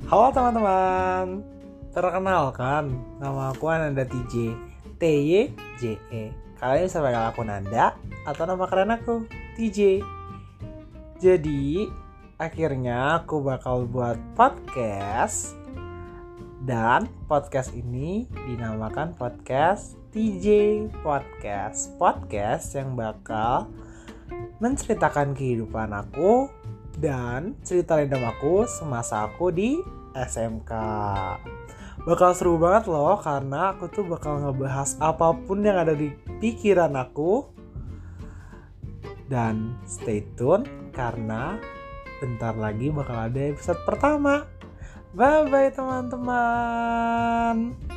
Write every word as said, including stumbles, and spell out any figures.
Halo teman-teman, perkenalkan, nama aku Ananda T J, T Y J E. Kalian bisa panggil aku Nanda atau nama keren aku T J. Jadi akhirnya aku bakal buat podcast, dan podcast ini dinamakan podcast T J Podcast. Podcast yang bakal menceritakan kehidupan aku dan cerita random aku semasa aku di S M K. Bakal seru banget loh, karena aku tuh bakal ngebahas apapun yang ada di pikiran aku. Dan stay tune, karena bentar lagi bakal ada episode pertama. Bye bye teman-teman.